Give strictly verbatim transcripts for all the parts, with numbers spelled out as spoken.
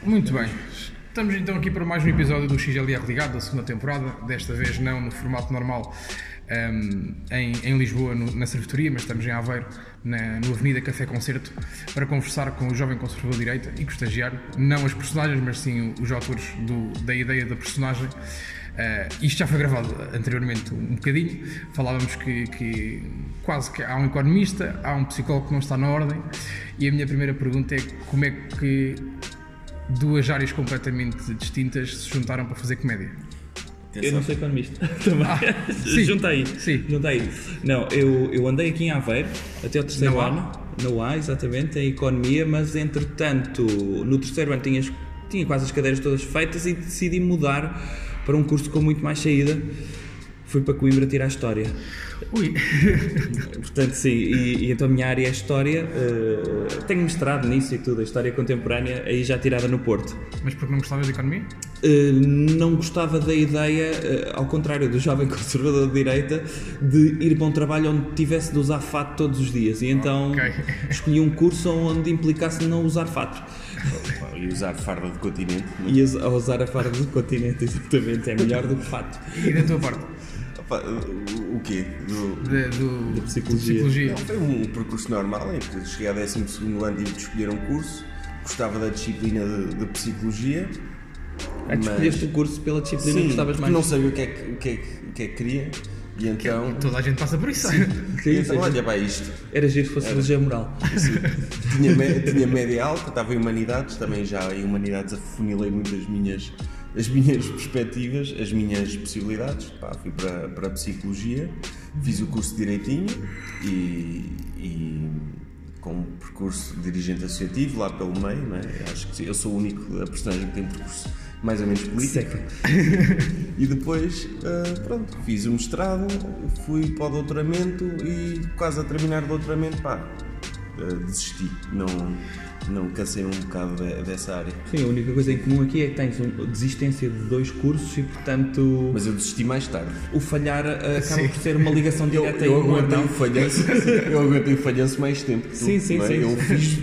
Muito bem. Estamos então aqui para mais um episódio do X L R Ligado, da segunda temporada. Desta vez não no formato normal um, em, em Lisboa, no, na Cervetoria, mas estamos em Aveiro, na, no Avenida Café Concerto, para conversar com o jovem conservador de direita e com o estagiário, não as personagens, mas sim os autores do, da ideia da personagem. Uh, isto já foi gravado anteriormente um bocadinho. Falávamos que, que quase que há um economista, há um psicólogo que não está na ordem, e a minha primeira pergunta é como é que duas áreas completamente distintas se juntaram para fazer comédia? Eu não sou economista também. Ah, junta aí. Sim. Junta aí. Não, eu, eu andei aqui em Aveiro até o terceiro não ano. Há. Não há, exatamente, em economia, mas entretanto, no terceiro ano tinha, tinha quase as cadeiras todas feitas e decidi mudar para um curso com muito mais saída. Fui para Coimbra tirar História. Ui! Portanto, sim, e, e então a minha área é História. Uh, tenho mestrado nisso e tudo, a História Contemporânea, aí já tirada no Porto. Mas porque não gostavas de economia? Uh, não gostava da ideia, uh, ao contrário do jovem conservador de direita, de ir para um trabalho onde tivesse de usar fato todos os dias. E então okay. escolhi um curso onde implicasse não usar fato. E usar farda de continente. E a usar a farda do continente, exatamente, é melhor do que fato. E da tua parte? Opa, o quê? Do, de, do, de psicologia. psicologia. Não, foi um percurso normal, em que cheguei ao décimo segundo ano e tive de escolher um curso. Gostava da disciplina de, de psicologia. Ah, mas... escolheste o curso pela disciplina Sim, que gostavas mais? Não sabia o que é que, o que, é que, o que, é que queria. E então... Que, toda a gente passa por isso. Sim, sim, então, olha, bem, isto... Era giro se fosse filosofia moral. tinha, me, tinha média alta, estava em Humanidades, também já em Humanidades afunilei muito as minhas, as minhas perspectivas, as minhas possibilidades. Pá, fui para, para a Psicologia, fiz o curso direitinho e, e com um percurso de dirigente associativo lá pelo meio, não é? Acho que eu sou o único, a personagem que tem um percurso mais ou menos político. E depois, uh, pronto, fiz o mestrado, fui para o doutoramento e quase a terminar o doutoramento, pá, uh, desisti, não, não cansei um bocado de, dessa área. Sim, a única coisa em comum aqui é que tens uma desistência de dois cursos e, portanto... Mas eu desisti mais tarde. O falhar uh, acaba sim. por ser uma ligação direta. Eu, eu, aguentei o falhanço, eu aguentei o falhanço mais tempo. Sim, sim, é? sim. Eu fiz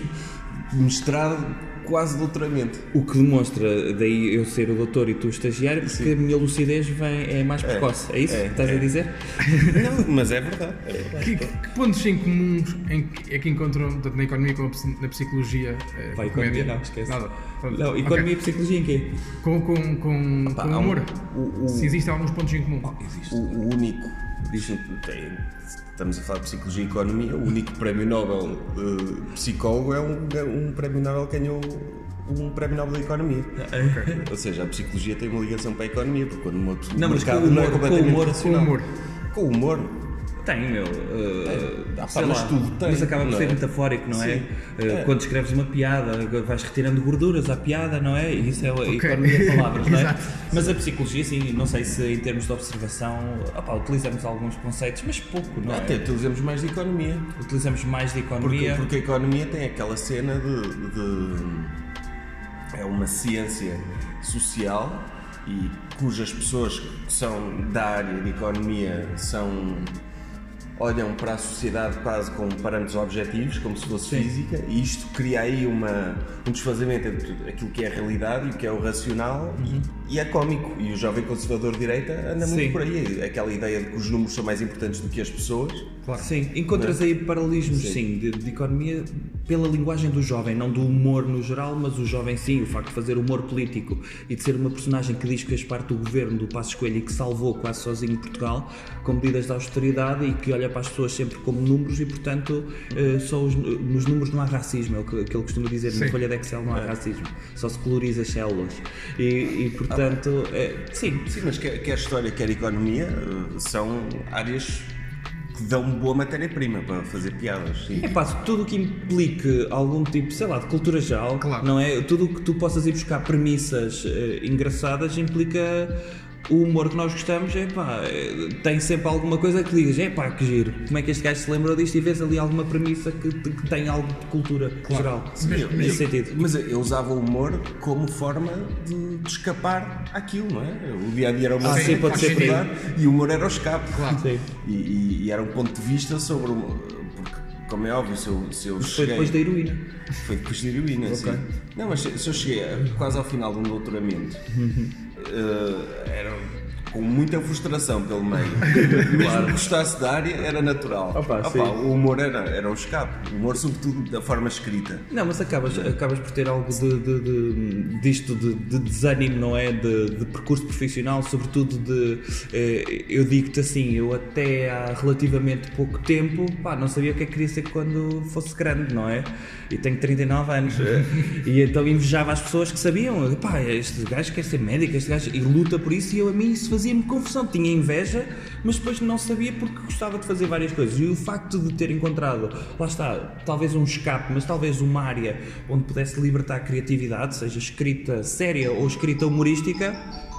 mestrado quase doutoramento. O que demonstra daí eu ser o doutor e tu o estagiário, porque sim. a minha lucidez vem, é mais precoce. É, é isso é, que estás é. a dizer? Não, mas é verdade. É verdade. Que, que pontos em comuns em que, é que encontram, tanto na economia como na psicologia? Vai, economia não, esquece. Nada. Não, economia okay. e psicologia em quê? Com, com, com, Opa, com o humor. Um, o, o, Se existem alguns pontos em comum. Oh, existe. O, o único, tem, estamos a falar de psicologia e economia, o único prémio Nobel de psicólogo é um, um prémio Nobel que ganhou um prémio Nobel da Economia. Okay. Ou seja, a psicologia tem uma ligação para a economia, porque quando uma pessoa não, mas com o humor, não é completamente com o humor, com o humor. Com o humor. Tem, meu. Uh, é, sei mas lá, tudo tem. Mas acaba por ser é? metafórico, não é? Uh, é? Quando escreves uma piada, vais retirando gorduras à piada, não é? E isso é a okay. economia de palavras, não é? Mas a psicologia, sim, não sei se em termos de observação, opa, utilizamos alguns conceitos, mas pouco, não é? Até utilizamos mais de economia. Utilizamos mais de economia. Porque, porque a economia tem aquela cena de, de é uma ciência social e cujas pessoas que são da área de economia são, olham para a sociedade quase com parâmetros objetivos, como se fosse sim. física, e isto cria aí uma, um desfazamento entre aquilo que é a realidade e o que é o racional, uhum. e, e é cómico. E o jovem conservador de direita anda sim. muito por aí, aquela ideia de que os números são mais importantes do que as pessoas. Claro. Sim, encontras é? aí paralelismos sim, sim de, de economia pela linguagem do jovem, não do humor no geral, mas o jovem sim, o facto de fazer humor político e de ser uma personagem que diz que fez parte do governo do Passos Coelho e que salvou quase sozinho Portugal com medidas de austeridade e que olha para as pessoas sempre como números e, portanto, uh, só os, nos números não há racismo, é o que, que ele costuma dizer, sim. na folha de Excel não há é. racismo, só se coloriza as células e, e portanto, ah, é, sim. Sim, mas quer, quer história, quer economia, são áreas que dão boa matéria-prima para fazer piadas. É pá, tudo o que implique algum tipo, sei lá, de cultura geral, claro. não é? Tudo o que tu possas ir buscar premissas uh, engraçadas implica o humor que nós gostamos, é pá, tem sempre alguma coisa que digas, é pá, que giro, como é que este gajo se lembrou disto e vês ali alguma premissa que, que tem algo de cultura claro. geral, Sim, nesse mas, sentido. Mas eu usava o humor como forma de, de escapar àquilo, não é? O dia-a-dia era uma ah, sim, pode ser e o humor era o escape, claro. E, e, e era um ponto de vista sobre o, porque como é óbvio, se eu, se eu Foi cheguei... depois da heroína. Foi depois da heroína, Ok. sim. Não, mas se, se eu cheguei quase ao final de um doutoramento, uh, era com muita frustração pelo meio. Mesmo que gostasse da área, era natural. Opa, Opa, sim. o humor era, era um escape. O humor, sobretudo, da forma escrita. Não, mas acabas, acabas por ter algo de, de, de, disto de, de desânimo, não é? De, de percurso profissional, sobretudo de... Eh, eu digo-te assim, eu até há relativamente pouco tempo, pá, não sabia o que é que queria ser quando fosse grande, não é? E tenho trinta e nove anos. E então invejava as pessoas que sabiam, pá, este gajo quer ser médico, este gajo... E luta por isso, e eu a mim isso fazia-me confusão. Tinha inveja, mas depois não sabia porque gostava de fazer várias coisas. E o facto de ter encontrado, lá está, talvez um escape, mas talvez uma área onde pudesse libertar a criatividade, seja escrita séria ou escrita humorística,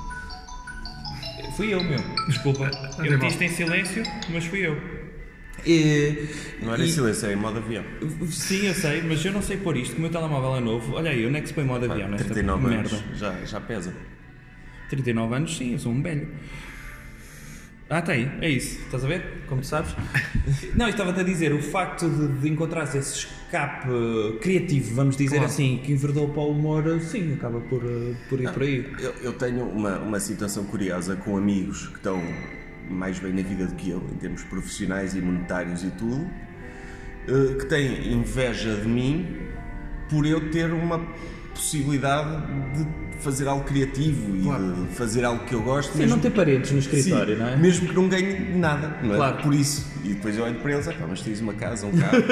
fui eu, meu. Desculpa. Eu meti isto em silêncio, mas fui eu. E, Não era e, em silêncio, era em modo avião. Sim, eu sei, mas eu não sei pôr isto. O meu telemóvel é novo. Olha aí, onde é que se põe modo avião nesta trinta e nove merda? anos, já, já pesa. trinta e nove anos, sim, eu sou um velho. Ah, tem, é isso, estás a ver? Como tu sabes? Não, eu estava-te a dizer, o facto de, de encontrar-se esse escape uh, criativo, vamos dizer Claro. assim, que enverdou para o humor, uh, sim, acaba por, uh, por ir por aí. Eu, eu tenho uma, uma situação curiosa com amigos que estão mais bem na vida do que eu, em termos profissionais e monetários e tudo, uh, que têm inveja de mim por eu ter uma possibilidade de fazer algo criativo e Claro. de fazer algo que eu gosto. Sim, mesmo, não ter parentes no escritório, sim, não é? mesmo que não ganhe nada, não é? Claro. Por isso. E depois eu olho para eles, ah, pá, mas tens uma casa, um carro.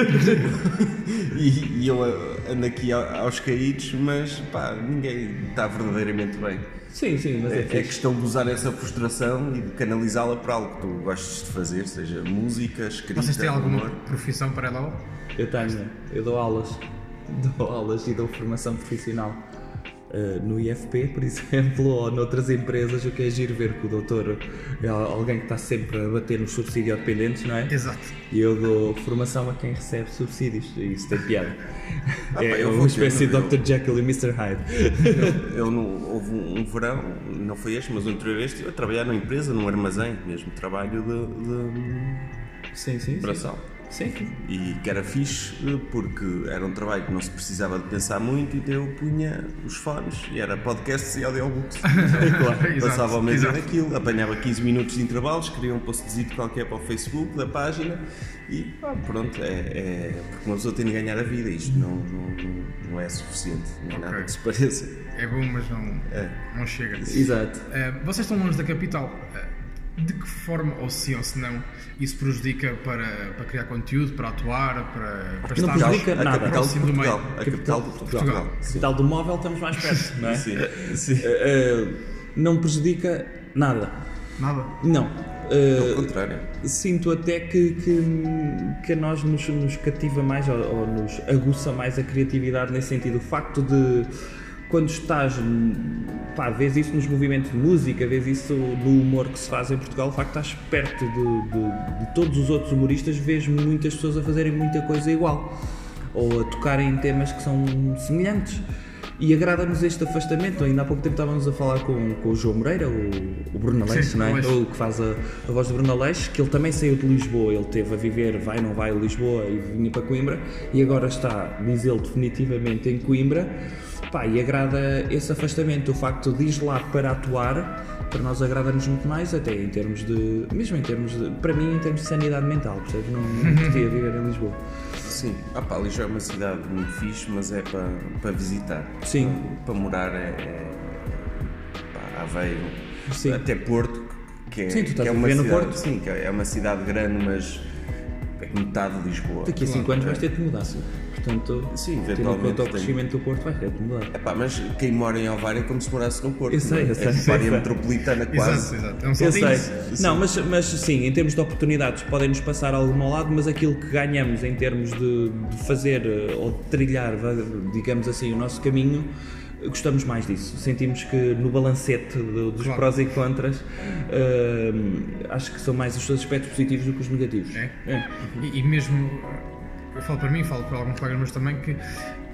e, e eu ando aqui aos caídos, mas pá, ninguém está verdadeiramente bem. Sim, sim, mas é, É, é fixe. questão de usar essa frustração e de canalizá-la para algo que tu gostes de fazer, seja música, escrita, Vocês têm alguma humor. profissão paralela? Eu tenho, eu dou aulas, dou aulas e dou formação profissional. Uh, no I F P, por exemplo, ou noutras empresas, o que é giro ver que o doutor é alguém que está sempre a bater nos subsídio-dependentes, não é? Exato. E eu dou formação a quem recebe subsídios, e isso tem piada. Ah, pá, é eu uma vou espécie de ver, eu- doutor Jekyll e mister Hyde. Eu, eu não, houve um, um verão, não foi este, mas o anterior a este, eu a trabalhar numa empresa, num armazém mesmo, trabalho de, Sim, sim. de braçal. Sim, sim. E que era fixe porque era um trabalho que não se precisava de pensar muito, então eu punha os fones e era podcasts e audiobooks. Claro, Passava o mês exato. naquilo, apanhava quinze minutos de intervalos, queria um postzinho qualquer para o Facebook da página e pá, pronto, é, é porque uma pessoa tem de ganhar a vida, isto não, não, não, não é suficiente, não é nada Ok. que se pareça. É bom, mas não, É. não chega. Exato. Uh, vocês estão longe da capital. Uh, de que forma, ou se ou se não, isso prejudica para, para criar conteúdo, para atuar, para, para Não estar prejudica a nada. capital de próximo do Portugal, meio? a capital de Portugal. Portugal. Sim. Capital do móvel estamos mais perto, não é? Sim, sim. Uh, não prejudica nada. Nada? Não. Pelo Uh, contrário. Sinto até que, que, que a nós nos, nos cativa mais ou, ou nos aguça mais a criatividade nesse sentido. O facto de, quando estás, pá, vês isso nos movimentos de música, vês isso no humor que se faz em Portugal, o facto de estás perto de, de, de todos os outros humoristas, vês muitas pessoas a fazerem muita coisa igual ou a tocarem em temas que são semelhantes. E agrada-nos este afastamento. Ainda há pouco tempo estávamos a falar com, com o João Moreira, o, o Bruno Aleixo, Sim, não é? Aleixo. O que faz a, a voz do Bruno Aleixo, que ele também saiu de Lisboa, ele teve a viver, vai, não vai a Lisboa e vinha para Coimbra, e agora está, diz ele, definitivamente em Coimbra. Pá, e agrada esse afastamento, o facto de ir lá para atuar, para nós agrada-nos muito mais, até em termos de, mesmo em termos de, para mim, em termos de sanidade mental, percebes? Não, não podia viver em Lisboa. Sim, ah pá, Lisboa é uma cidade muito fixe, mas é para, para visitar. Sim. Para, para morar é, é pá, Aveiro, Sim. até Porto, que é, Sim, tu estás que é a uma viver no cidade, Porto? sim, que é uma cidade grande, mas é metade de Lisboa. Daqui a cinco anos vais ter de mudar, sim. Portanto, Sim, tendo em eventualmente conta o tenho. crescimento do Porto, vais ter de mudar. É pá, mas quem mora em Ovar é como se morasse no Porto. Eu sei, não é? eu sei, É sei, área sei. metropolitana quase. Exato, exato. É um Eu saltinho. sei. Não, mas, mas sim, em termos de oportunidades podem-nos passar algum ao lado, mas aquilo que ganhamos em termos de, de fazer eh, ou de trilhar, vá, digamos assim, o nosso caminho, eh, gostamos mais disso. Sentimos que no balancete do- dos Claro. prós e contras, eh, acho que são mais os seus aspectos positivos do que os negativos. É? É. E, e mesmo, eu falo para mim, falo para alguns colegas meus também, que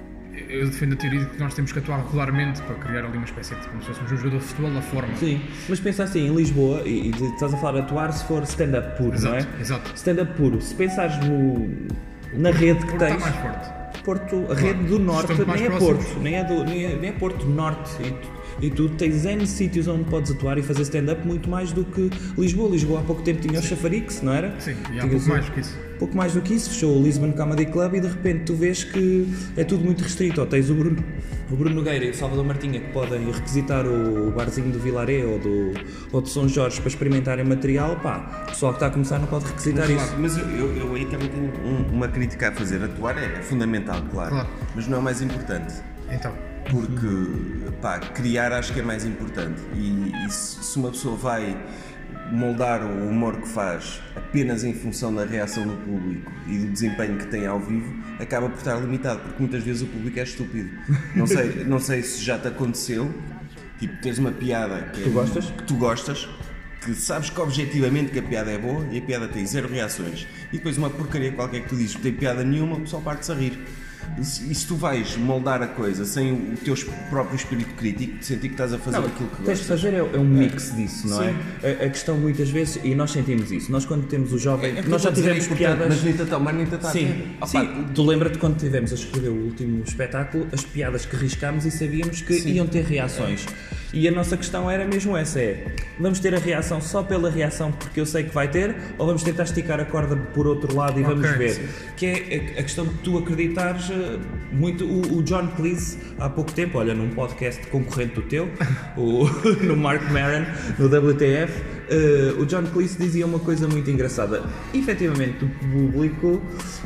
eu defendo a teoria de que nós temos que atuar regularmente para criar ali uma espécie de, como se fôssemos um jogador de futebol da forma. Sim, mas pensa assim, em Lisboa, e, e de- estás a falar de atuar se for stand-up puro, Exato, não é? exato. Stand-up puro, se pensares no, na rede que Porto tens. Está mais forte. Porto, a rede do Norte nem é Porto, nem é, do, nem, é, nem é Porto Norte. E tu, e tu tens N sítios onde podes atuar e fazer stand-up muito mais do que Lisboa. Lisboa há pouco tempo tinha o Chafarix, não era? Sim, e há pouco assim, mais do que isso. Pouco mais do que isso, fechou o Lisbon Comedy Club e de repente tu vês que é tudo muito restrito. Ou tens o Bruno, o Bruno Nogueira e o Salvador Martinha que podem requisitar o barzinho do Vilaré ou do, ou de São Jorge para experimentarem material, pá, o pessoal que está a começar não pode requisitar mas, isso. Mas eu, eu, eu aí também tenho um, uma crítica a fazer. Atuar é, é fundamental, claro, Claro. mas não é o mais importante. Então, Porque, pá, criar acho que é mais importante. E, e se, se uma pessoa vai moldar o humor que faz apenas em função da reação do público e do desempenho que tem ao vivo, acaba por estar limitado, porque muitas vezes o público é estúpido. Não sei, não sei se já te aconteceu, tipo, teres uma piada que, Tu é- gostas? que tu gostas, que sabes que objetivamente que a piada é boa e a piada tem zero reações, e depois uma porcaria qualquer que tu dizes que tem piada nenhuma, o pessoal parte-se a rir. E se, e se tu vais moldar a coisa sem o teu próprio espírito crítico, de sentir que estás a fazer Não, aquilo que tens de gostas. fazer é, é um mix disso, não Sim. é? A, a questão muitas vezes, e nós sentimos isso, nós quando temos o jovem, É que nós eu já estou a dizer, é tivemos importante, piadas... mas nem tanto, mas nem tanto. Sim, Ah, sim. pá, Tu lembra-te quando tivemos a escrever o último espetáculo, as piadas que riscámos e sabíamos que Sim. iam ter reações. E a nossa questão era mesmo essa, é, vamos ter a reação só pela reação porque eu sei que vai ter, ou vamos tentar esticar a corda por outro lado e Ok, vamos ver? sim. Que é a, a questão de tu acreditares eh, muito, o, o John Cleese há pouco tempo, olha, num podcast concorrente do teu, o, no Mark Maron, no W T F, eh, o John Cleese dizia uma coisa muito engraçada. Efetivamente, o público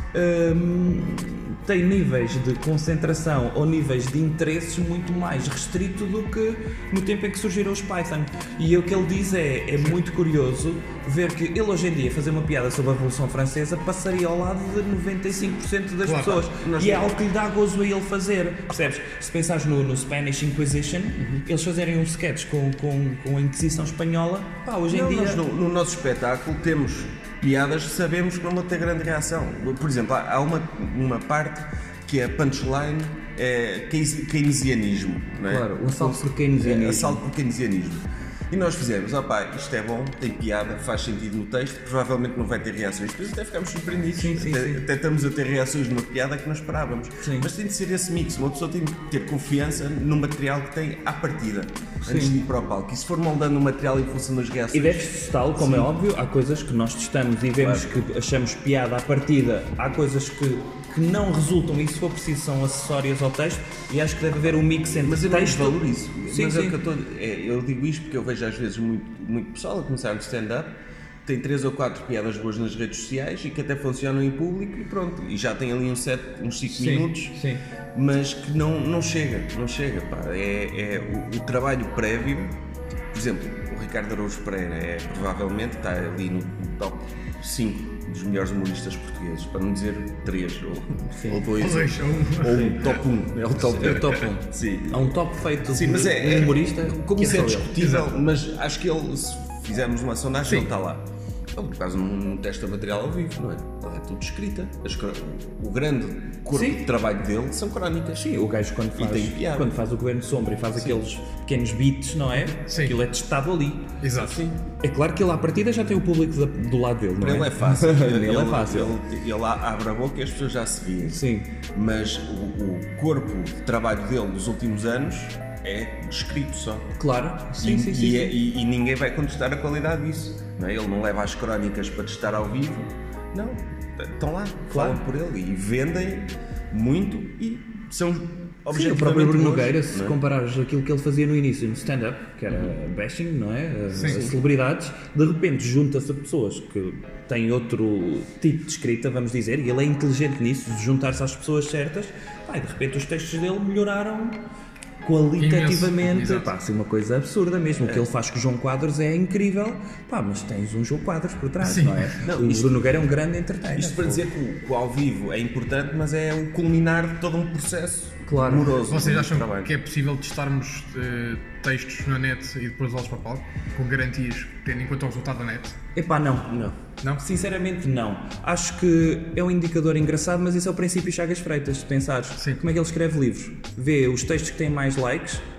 ehm, tem níveis de concentração ou níveis de interesses muito mais restrito do que no tempo em que surgiram os Python. E o que ele diz é, é muito curioso ver que ele hoje em dia fazer uma piada sobre a Revolução Francesa passaria ao lado de noventa e cinco por cento das Claro. pessoas. Nós E é não- algo que lhe dá gozo a ele fazer. Percebes? Se pensares no, no Spanish Inquisition, Uhum. eles fazerem um sketch com, com, com a Inquisição Espanhola, pá, hoje em Não, dia... nós no, no nosso espetáculo temos piadas que sabemos que não vão ter grande reação. Por exemplo, há há uma, uma parte que é punchline, é keynesi- keynesianismo, não é? Claro, o assalto por keynesianismo. É, assalto por keynesianismo. E nós fizemos, ó pá, isto é bom, tem piada, faz sentido no texto, provavelmente não vai ter reações. Depois até ficámos surpreendidos, Sim, sim, até, sim. até estamos a ter reações numa piada que não esperávamos. Sim. Mas tem de ser esse mix, uma pessoa tem de ter confiança no material que tem à partida, antes de ir para o palco. E se for moldando o material em função das reações... E deves testá-lo, como é óbvio, há coisas que nós testamos e vemos que achamos piada à partida, há coisas que, que não resultam e se for preciso são acessórias ao texto e acho que deve haver um mix entre Mas eu não texto... desvalorizo. Sim, Mas sim. é o que eu, estou, é, eu digo isto porque eu vejo às vezes muito, muito pessoal a começar no stand-up, tem três ou quatro piadas boas nas redes sociais e que até funcionam em público e pronto, e já tem ali um set, uns cinco Sim, minutos, sim. mas que não, não chega, não chega, pá. É, é o, o trabalho prévio, por exemplo, o Ricardo Araújo Pereira é provavelmente, está ali no top cinco dos melhores humoristas portugueses, para não dizer três ou, ou dois, Ou dois, ou um. ou um top um, é o top É o top um. Sim. Há um top feito Sim, de mas é, um humorista como que isso é só ele. discutível, mas acho que ele, se fizermos uma sondagem, Sim. ele está lá. Ele quase não, não testa material ao vivo, não é? Ele é tudo escrita. As cro- o grande corpo Sim. de trabalho dele são crónicas. Sim, o gajo quando faz, tem piada. quando faz o Governo Sombra e faz aqueles pequenos beats, não é? Sim. Aquilo é testado ali. Exato. Sim. É claro que ele à partida já tem o público da- do lado dele, não Para é? ele é fácil. Ele é fácil. Ele, ele abre a boca e as pessoas já se veem. Sim. Mas o, o corpo de trabalho dele nos últimos anos é escrito só. Claro. Sim, e, sim, e sim. é- sim. e- e ninguém vai contestar a qualidade disso. Não é? Ele não leva as crónicas para testar ao vivo. Não. Estão lá, Claro. falam por ele e vendem muito e são Sim, o objetivamente próprio Bruno bons, Nogueira, se não é? comparares aquilo que ele fazia no início no stand-up, que era bashing, não é? As, Sim. as celebridades, de repente junta-se a pessoas que têm outro tipo de escrita, vamos dizer, e ele é inteligente nisso, de juntar-se às pessoas certas, pá, e de repente os textos dele melhoraram qualitativamente, Imenso, exato. pá, assim, uma coisa absurda mesmo. O que ele faz com o João Quadros é incrível, pá, mas tens um João Quadros por trás, Sim. não é? Não, o isto- Bruno Nogueira é um grande entertainer. Isto para dizer que o, que o ao vivo é importante, mas é o culminar de todo um processo Claro. amoroso. Vocês de acham trabalho. que é possível testarmos eh, textos na net e depois levá-los para o palco? Com garantias, tendo em conta o resultado da net? Epá, não. Não. Não? Sinceramente não. Acho que é um indicador engraçado, mas isso é o princípio Chagas Freitas, se pensares Sim. como é que ele escreve livros. Vê os textos que têm mais likes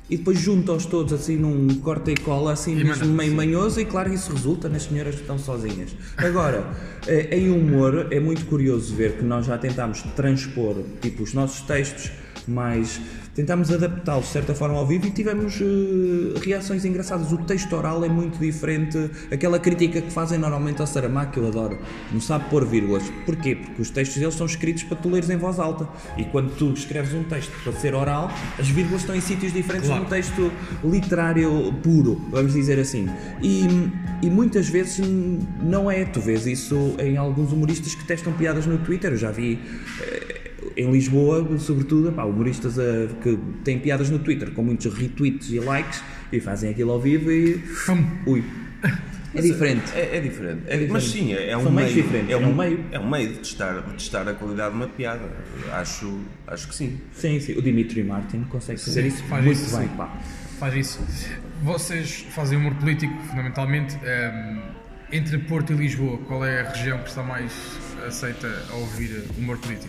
e depois junta-os todos assim num corta e cola assim E mesmo manda, meio sim. manhoso, e claro que isso resulta nas senhoras que estão sozinhas. Agora, eh, em humor é muito curioso ver que nós já tentámos transpor tipo os nossos textos, mas tentámos adaptá-los de certa forma ao vivo e tivemos uh, reações engraçadas. O texto oral é muito diferente, aquela crítica que fazem normalmente ao Saramago, que eu adoro, não sabe pôr vírgulas. Porquê? Porque os textos deles são escritos para tu leres em voz alta, e quando tu escreves um texto para ser oral, as vírgulas estão em sítios diferentes Claro. de um texto literário puro, vamos dizer assim. E, e muitas vezes não é, tu vês isso em alguns humoristas que testam piadas no Twitter. Eu já vi eh, em Lisboa, sobretudo, pá, humoristas a, que têm piadas no Twitter com muitos retweets e likes e fazem aquilo ao vivo e... Hum. Ui, é diferente. É, é diferente. É, diferente. Mas sim, é, é um São meios meio. diferentes, É um, é um meio. É um meio de testar, de testar a qualidade de uma piada. Acho, acho que sim. Sim, sim, o Dimitri Martin consegue fazer Sim, isso faz muito isso, bem, sim. pá. Faz isso. Vocês fazem humor político, fundamentalmente. ehm, entre Porto e Lisboa, qual é a região que está mais aceita a ouvir humor político?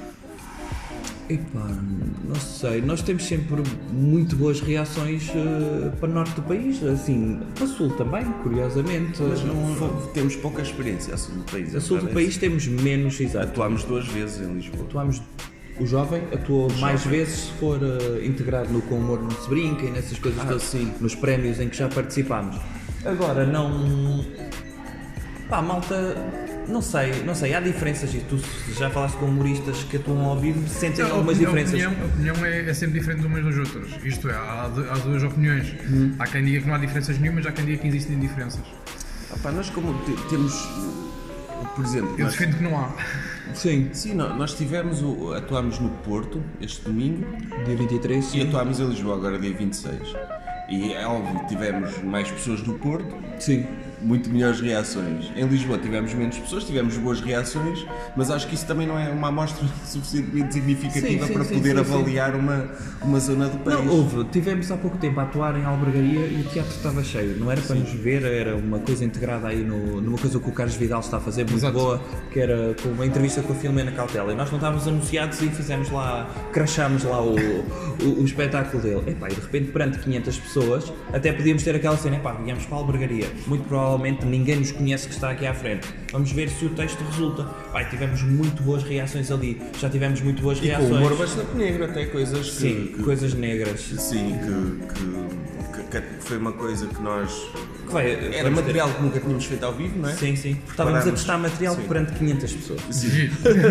Epá, não sei, nós temos sempre muito boas reações uh, para o norte do país, assim, para o sul também, curiosamente. Mas não, fo- temos pouca experiência a sul do país. a sul do verdade é país temos menos, exato. Atuámos duas vezes em Lisboa. Atuamos, o jovem atuou mais vezes se for uh, integrado no Com Humor Não Se Brinca e nessas coisas Ah, todas, sim. nos prémios em que já participámos. Agora, não... Pá, malta, não sei, não sei, há diferenças, e tu já falaste com humoristas que atuam ao vivo, sentem A algumas opinião- diferenças. A opinião, a opinião é, é sempre diferente de umas das outras. Isto é, há, de- há duas opiniões. Hum. Há quem diga que não há diferenças nenhumas, há quem diga que existem diferenças. Ah, pá, nós como te- temos, por exemplo, Eu nós, defendo que não há. Sim, sim, nó- nós tivemos, o, atuámos no Porto este domingo dia vinte e três, e sim. atuámos em Lisboa agora dia vinte e seis. E é óbvio, tivemos mais pessoas no Porto, Sim. muito melhores reações. Em Lisboa tivemos menos pessoas, tivemos boas reações, mas acho que isso também não é uma amostra suficientemente significativa Sim, sim, para sim, poder sim, sim. avaliar uma, uma zona do país. Não, houve, tivemos há pouco tempo a atuar em Albergaria e o teatro estava cheio, não era para nos ver, era uma coisa integrada aí no, numa coisa que o Carlos Vidal está a fazer, muito Exato. boa, que era com uma entrevista com a Filomena Cautela, e nós não estávamos anunciados e fizemos lá, crachámos lá o, o, o espetáculo dele. Epá, e de repente perante quinhentas pessoas, até podíamos ter aquela cena, epá, viemos para a Albergaria, muito provavelmente ninguém nos conhece que está aqui à frente, vamos ver se o texto resulta. Pai, tivemos muito boas reações ali, já tivemos muito boas E com reações. o humor bastante negro, até coisas que, Sim, que- coisas negras. sim, que, que, que- que foi uma coisa que nós. Que vai, Era vamos ter- material que nunca tínhamos feito ao vivo, não é? Sim, sim. Estávamos a Preparámos- testar material sim. perante quinhentas pessoas. Sim. Giro.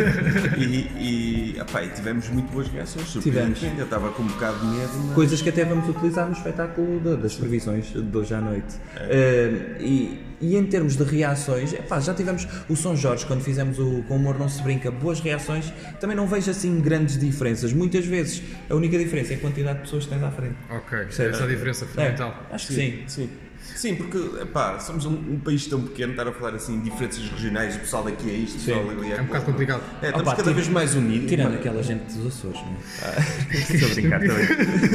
E, e, epá, e tivemos muito boas reações, surpreendentemente. Eu estava com um bocado de medo, mas. Coisas que até vamos utilizar no espetáculo da- das previsões de hoje à noite. Eh, e, e em termos de reações, epá, já tivemos o São Jorge, quando fizemos o Com Humor Não Se Brinca, boas reações. Também não vejo assim grandes diferenças. Muitas vezes a única diferença é a quantidade de pessoas que tens à frente. Ok, Percebe? essa é a diferença É, fundamental. acho que sim. Sim. Sim, porque epá, somos um, um país tão pequeno, estar a falar assim de diferenças regionais, o pessoal daqui é isto, o Sim. pessoal ali é É um bocado aquilo. complicado. É, estamos Opa, cada tira- vez mais unidos. Tirando mas- aquela gente dos Açores, não é? Estou a brincar também.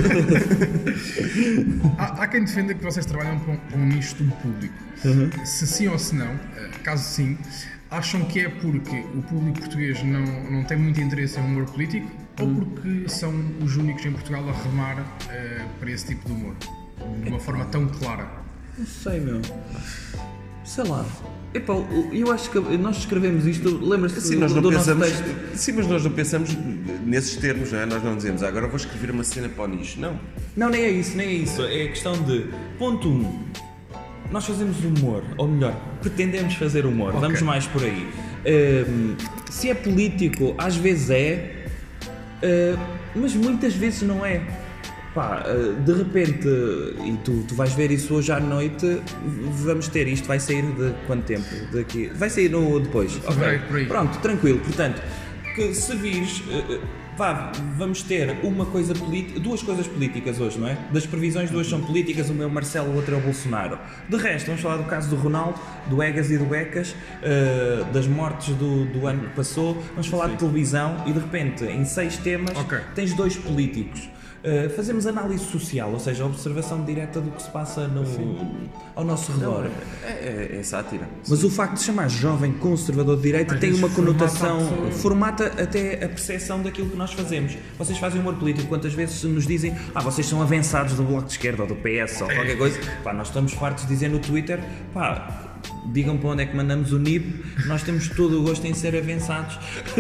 Há, há quem defenda que vocês trabalham com, com um nicho de um público. Se sim ou se não, eh, caso sim, acham que é porque o público português não, não tem muito interesse em humor político ou porque são os únicos em Portugal a remar eh, para esse tipo de humor? De uma forma tão clara. Não sei, meu. Sei lá. Epá, eu acho que nós escrevemos isto, lembra-se Sim, do, nós não do nosso pensamos, texto? sim, mas nós não pensamos nesses termos, não é? Nós não dizemos, ah, agora vou escrever uma cena para o nicho. Não. Não, nem é isso, nem é isso. É a questão de, ponto um, nós fazemos humor, ou melhor, pretendemos fazer humor, Ok. vamos mais por aí. Hum, se é político, às vezes é, hum, mas muitas vezes não é. Pá, hum, de repente, e tu, tu vais ver isso hoje à noite, vamos ter isto, vai sair de quanto tempo? Daqui? Vai sair no depois. Ok. Fevereiro, por aí. Pronto, tranquilo. Portanto, que se vires, eh, eh, vá, vamos ter uma coisa política, duas coisas políticas hoje, não é? Das previsões, duas são políticas, uma é o Marcelo, a outra é o Bolsonaro. De resto, vamos falar do caso do Ronaldo, do Egas e do Becas, eh, das mortes do, do ano que passou, vamos falar de televisão e de repente, em seis temas, Ok. tens dois políticos. Uh, fazemos análise social, ou seja, observação direta do que se passa no, ao nosso redor. Não, é, é, é sátira. Mas sim. o facto de chamar jovem conservador de direita Às tem vezes uma conotação, formata, formata até a percepção daquilo que nós fazemos. Vocês fazem humor político, quantas vezes nos dizem ah, vocês são avançados do Bloco de Esquerda ou do P S ou qualquer coisa. Pá, nós estamos fartos de dizer no Twitter, pá, digam para onde é que mandamos o N I B, nós temos todo o gosto em ser avançados.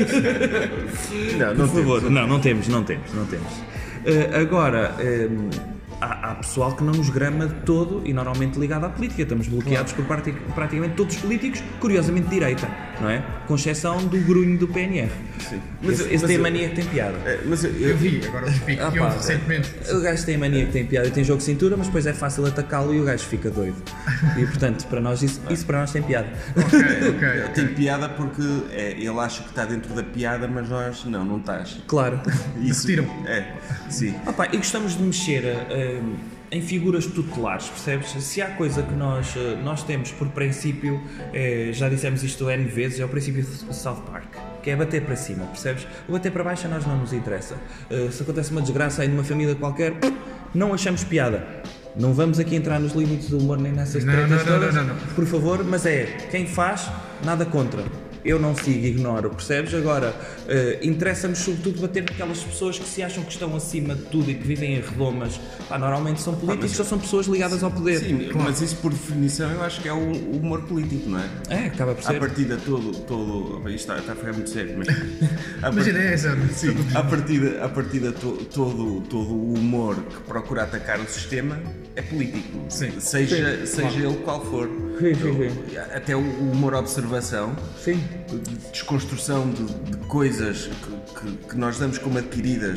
Não, não Por favor, temos, não, não temos, não temos, não temos. Uh, agora, um, há, há pessoal que não nos grama de todo e normalmente ligado à política. Estamos bloqueados por prati- praticamente todos os políticos, curiosamente de direita, não é? Com exceção do grunho do P N R. Sim. Mas, esse Mas esse tem eu- mania que tem piada. É, mas eu, Eu eu, vi, agora os pico, Ah, eu pá, recentemente. O gajo tem mania que tem piada e tem jogo de cintura, mas depois é fácil atacá-lo e o gajo fica doido. E portanto, para nós, isso, isso para nós tem piada. Ok, ok. tem piada porque é, ele acha que está dentro da piada, mas nós não, não estás. Claro. Isso Retiram. é, sim. Ah, pá, e gostamos de mexer uh, em figuras tutelares, percebes? Se há coisa que nós, uh, nós temos por princípio, uh, já dissemos isto N vezes, é o princípio de South Park, que é bater para cima, percebes? O bater para baixo a nós não nos interessa. Uh, se acontece uma desgraça aí numa família qualquer, não achamos piada. Não vamos aqui entrar nos limites do humor nem nessas Não, tretas não, não, todas, não, não, não. por favor, mas é, quem faz, nada contra. Eu não sigo, ignoro, percebes? Agora, uh, interessa-nos sobretudo bater naquelas pessoas que se acham que estão acima de tudo e que vivem em redomas. Pá, normalmente são políticos mas- ou são pessoas ligadas ao poder. Sim, mas isso por definição eu acho que é o, o humor político, não é? É, acaba por À ser. partida todo, todo, bem, isto está, está a ficar muito sério, mas à Mas a part- ideia é essa. sim, à partida, à partida to- todo, todo o humor que procura atacar o sistema é político, Sim. seja, Sim, seja claro. ele qual for. Sim, sim, sim. Até o o humor observação, Sim. de desconstrução de, de coisas que, que, que nós damos como adquiridas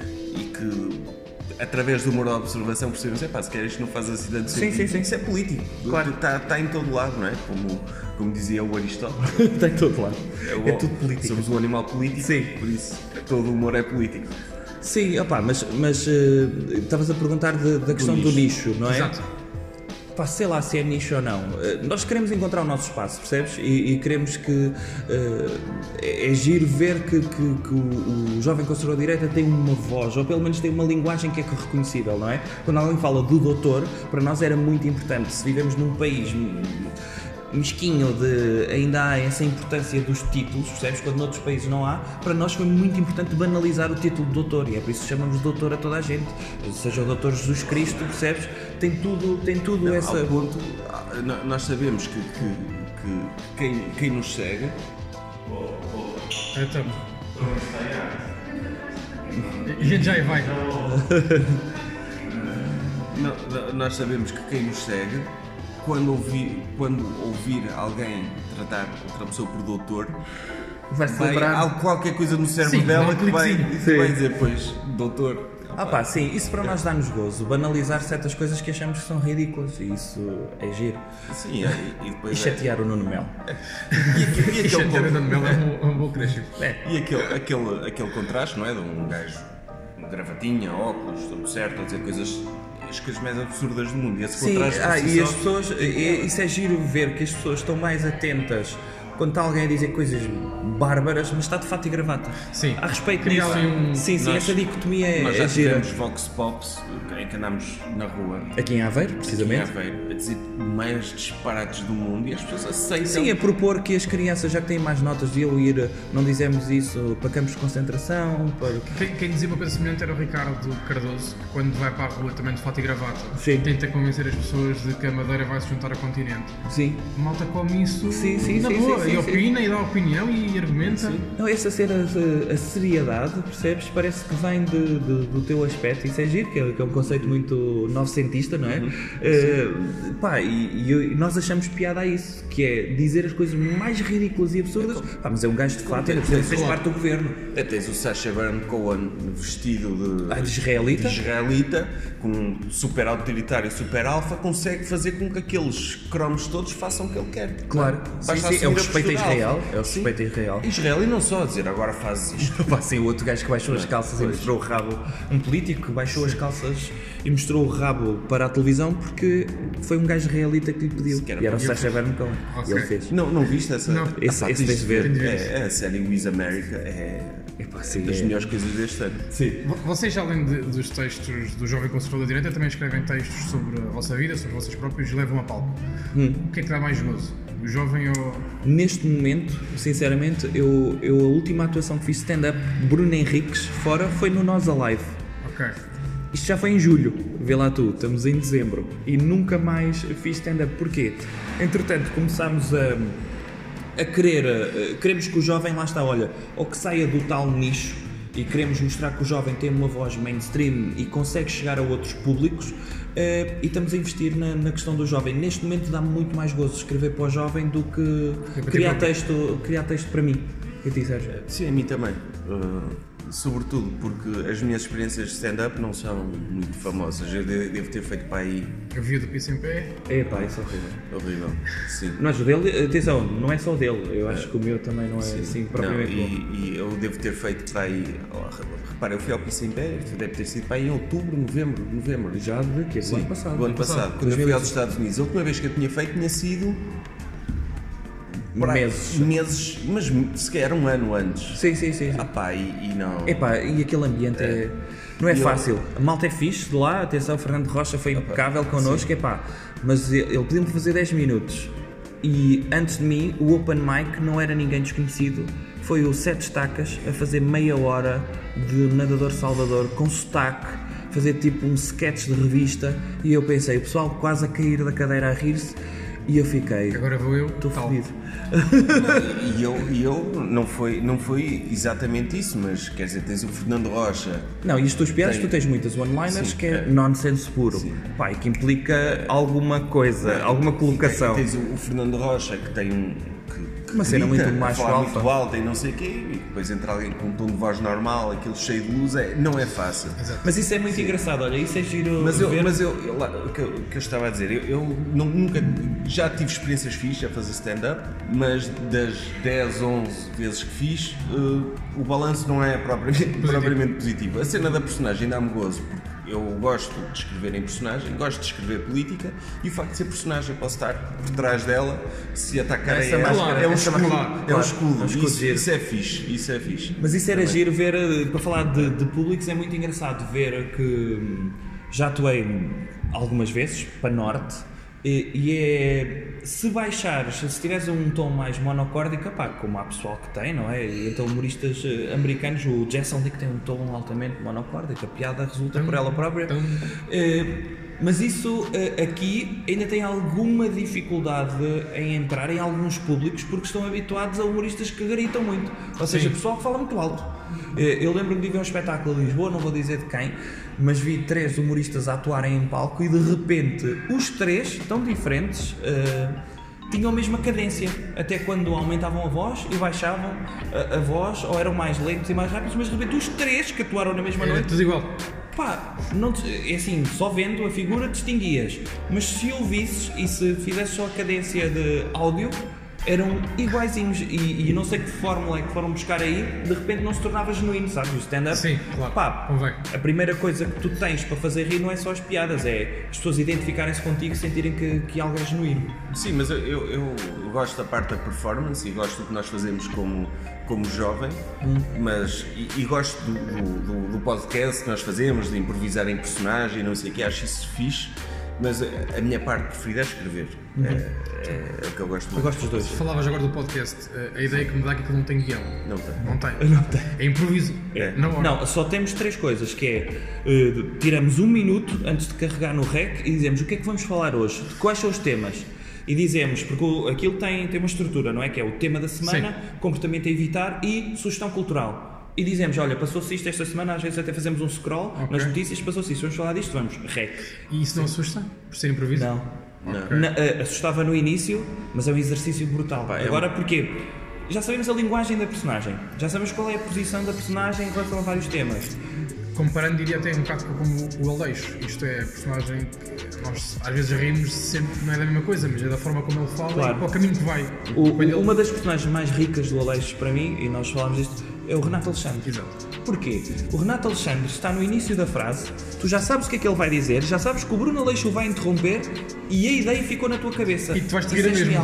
e que através do humor da observação percebemos, é pá, se calhar isto não faz assim tanto Sim, sentido. sim, sim. Isso é político, Claro. está, está em todo lado, não é? Como, como dizia o Aristóteles. Tem todo lado. o- É tudo político. Somos um animal político, Sim. por isso todo o humor é político. Sim, opá, mas mas eh, estavas a perguntar de- da questão do nicho, não é? Exato. Pá, sei lá se é nicho ou não. Eh, Nós queremos encontrar o nosso espaço, percebes? E, e queremos que. eh, é, é giro ver que, que- que o, o jovem conservador de direita tem uma voz, ou pelo menos tem uma linguagem que é reconhecível, não é? Quando alguém fala do doutor, para nós era muito importante. Se vivemos num país hum, mesquinho de ainda há essa importância dos títulos, percebes? Quando noutros países não há, para nós foi muito importante banalizar o título de doutor e é por isso que chamamos de doutor a toda a gente, seja o doutor Jesus Cristo, percebes? Tem tudo, tem tudo essa... Ao ponto, ah, no- nós sabemos que, que, que quem, quem nos segue Então. A gente já aí vai. Não, nós sabemos que quem nos segue, quando ouvir, quando ouvir alguém tratar outra pessoa por doutor, Vai vai, celebrar... há qualquer coisa no cérebro Sim, dela dá um que vai, cliquezinho. que vai Sim. dizer, pois, doutor. Ah pá, sim, isso para nós dá-nos gozo, banalizar certas coisas que achamos que são ridículas e isso é giro. Sim, é, e E depois é, chatear o Nuno Melo. e, aquele- e Isto é aquele, de mel, é um, é um bom crescer. É, e aquele, aquele, aquele contraste, não é? De um gajo, gravatinha, óculos, tudo certo, a dizer coisas, as coisas mais absurdas do mundo. E esse sim, contraste ah, por si e as só- pessoas, e- isso é giro ver que as pessoas estão mais atentas quando está alguém a dizer coisas bárbaras, mas está de fato e gravata. Sim. Há respeito Cria nisso. ali um- Sim, sim, Nós- essa dicotomia é, Nós já é gira. tivemos Vox Pops em que andámos na rua, Aqui em Aveiro, em precisamente. Aveiro, a dizer mais disparates do mundo e as pessoas aceitam. Sim, a propor que as crianças, já que têm mais notas, deviam ir, não dizemos isso, para campos de concentração, para... Quem, quem dizia uma coisa semelhante era o Ricardo Cardoso, que quando vai para a rua também de fato e gravata, Sim. tenta convencer as pessoas de que a Madeira vai se juntar ao continente. Sim. A malta come isso Sim, sim, na sim, boa, sim, e sim, opina e dá opinião e argumenta. Não, essa ser a, a seriedade, percebes? Parece que vem de, de- do teu aspecto, isso é giro, que é, que é um conceito muito novecentista, não é? Eh, pá, e, e nós achamos piada a isso, que é dizer as coisas mais ridículas e absurdas, pá, mas é um gajo de fato, ele fez fez parte do governo. Até tens o Sacha Baron Cohen vestido de, Ah, de israelita? de israelita, com um super autoritário, super alfa, consegue fazer com que aqueles cromos todos façam o que ele quer. Claro, sim, Basta sim, é o assumir a respeito a postura Israel, alfa. é o Sim. respeito a Israel. Israel e não só a dizer agora fazes isto. Pá, sim, o outro gajo que baixou as calças e mostrou o rabo, um político que baixou as calças e mostrou o rabo para a televisão porque foi um gajo israelita que lhe pediu. Sequer E era o para- Sacha Baron Cohen. Ok. E ele fez. Não, não viste essa? Não. Esse- Ah, pá, esse tens tens de ver. É, é a série Wiz America, é, Epá, sim, das é... melhores coisas deste ano. Sim. Vocês, além de, dos textos do Jovem Conservador da Direita, também escrevem textos sobre a vossa vida, sobre vocês próprios e levam a palco. Hum. O que é que dá mais gozo? O jovem ou... Neste momento, sinceramente, eu, eu a última atuação que fiz stand-up de Bruno Henriques fora foi no Nós Alive. Ok. Isto já foi em julho, vê lá tu, estamos em dezembro e nunca mais fiz stand-up. Porquê? Entretanto, começámos a, a querer, a, queremos que o jovem, lá está, olha, ou que saia do tal nicho e queremos mostrar que o jovem tem uma voz mainstream e consegue chegar a outros públicos. Uh, e estamos a investir na, na questão do jovem. Neste momento dá-me muito mais gozo escrever para o jovem do que criar texto, criar texto para mim. O que te Sérgio? Sim, a mim também. Uh, sobretudo porque as minhas experiências de stand-up não são muito famosas. Eu devo ter feito para aí... A via do Piso em Pé? É pá, isso é horrível. Horrível, sim. Mas o dele, atenção, não é só o dele. Eu acho que o meu também não é sim. assim propriamente não, bom. E, e eu devo ter feito para aí... Repara, eu fui ao Piso em Pé, deve ter sido para aí em outubro, novembro, novembro. Já de que do ano passado. Do ano passado, passado. Quando eu fui aos Estados Unidos. A última vez que eu tinha feito tinha sido... Meses. Meses, mas se calhar um ano antes. Sim, sim, sim. sim. Ah pá, e, e não... Epá, e aquele ambiente é... é... Não é e fácil. Eu... A malta é fixe de lá, atenção, o Fernando Rocha foi impecável connosco, epá, mas ele pediu-me fazer dez minutos. E antes de mim, o open mic não era ninguém desconhecido. Foi o Sete Estacas a fazer meia hora de Nadador Salvador com sotaque, fazer tipo um sketch de revista. E eu pensei, o pessoal quase a cair da cadeira a rir-se. E eu fiquei... Agora vou eu. Estou fodido. E eu, e eu não, foi, não foi exatamente isso, mas quer dizer, tens o Fernando Rocha... Não, e as tuas piadas, tem... tu tens muitas one-liners que é, é nonsense puro. Pá, e que implica é... alguma coisa, é... alguma colocação. E tens o, o Fernando Rocha que tem um... Uma cena muito mais alta. muito alta e não sei o quê, e depois entra alguém com um tom de voz normal, aquele cheio de luz, é, não é fácil. Exato. Mas isso é muito Sim. engraçado, olha, isso é giro. Mas eu, ver. mas eu, eu lá, o, que eu, o que eu estava a dizer, eu, eu não, nunca, já tive experiências fixas a fazer stand-up, mas das dez, onze vezes que fiz, uh, o balanço não é propriamente positivo. propriamente positivo. A cena da personagem dá-me gozo, porque eu gosto de escrever em personagem, gosto de escrever política e o facto de ser personagem, posso estar por trás dela, se atacar essa a ela, máscara, é um essa escudo, máscara, é um escudo, é um escudo isso, isso é fixe, isso é fixe. Mas isso era Também. giro ver, para falar de, de públicos, é muito engraçado ver que já atuei algumas vezes para Norte. E, e é, se baixares, se tiveres um tom mais monocórdico, pá, como há pessoal que tem, não é? E então humoristas americanos, o Jason Dick tem um tom altamente monocórdico, a piada resulta por ela própria. Uh, mas isso uh, aqui ainda tem alguma dificuldade em entrar em alguns públicos porque estão habituados a humoristas que gritam muito. Ou seja, Sim. pessoal que fala muito alto. Uh, eu lembro-me de ver um espetáculo em Lisboa, não vou dizer de quem, mas vi três humoristas a atuarem em palco e de repente os três, tão diferentes, uh, tinham a mesma cadência, até quando aumentavam a voz e baixavam a, a voz, ou eram mais lentos e mais rápidos, mas de repente os três que atuaram na mesma é, noite... tudo igual. Pá, não te, é assim, só vendo a figura distinguias, mas se ouvisses e se fizesses só a cadência de áudio, eram iguaizinhos e, e não sei que fórmula é que foram buscar aí, de repente não se tornava genuíno, sabes? O stand-up, Sim, claro. Pá, Convém. A primeira coisa que tu tens para fazer rir não é só as piadas, é as pessoas identificarem-se contigo e sentirem que, que algo é genuíno. Sim, mas eu, eu, eu gosto da parte da performance e gosto do que nós fazemos como, como jovem, hum. mas, e, e gosto do, do, do podcast que nós fazemos, de improvisar em personagem, não sei o que, acho isso fixe. Mas a minha parte preferida é escrever. Uhum. É, é, é o que eu gosto muito. Eu gosto dos dois. Falavas agora do podcast. A ideia que me dá é que aquilo não tem guião. Não tem. Não tem. Não tem. É improviso. É. Não, não, só temos três coisas, que é uh, tiramos um minuto antes de carregar no rec e dizemos o que é que vamos falar hoje, quais são os temas. E dizemos, porque aquilo tem, tem uma estrutura, não é? Que é o tema da semana, Sim. comportamento a evitar e sugestão cultural. E dizemos, olha, passou-se isto esta semana, às vezes até fazemos um scroll okay. nas notícias, passou-se isto, vamos falar disto, vamos, rec. E isso não Sim. assusta? Por ser improviso? Não. Okay. Na, uh, assustava no início, mas é um exercício brutal. Pá, Agora, é um... porquê? Já sabemos a linguagem da personagem, já sabemos qual é a posição da personagem em relação a vários temas. Comparando, diria até um bocado como o Aleixo. Isto é a personagem que nós às vezes rimos sempre, não é da mesma coisa, mas é da forma como ele fala claro. e para o caminho que vai. O, o, ele... Uma das personagens mais ricas do Aleixo, para mim, e nós falámos disto, é o Renato Alexandre. Exato. Porquê? O Renato Alexandre está no início da frase, tu já sabes o que é que ele vai dizer, já sabes que o Bruno Aleixo vai interromper e a ideia ficou na tua cabeça. E tu vais seguir a mesma.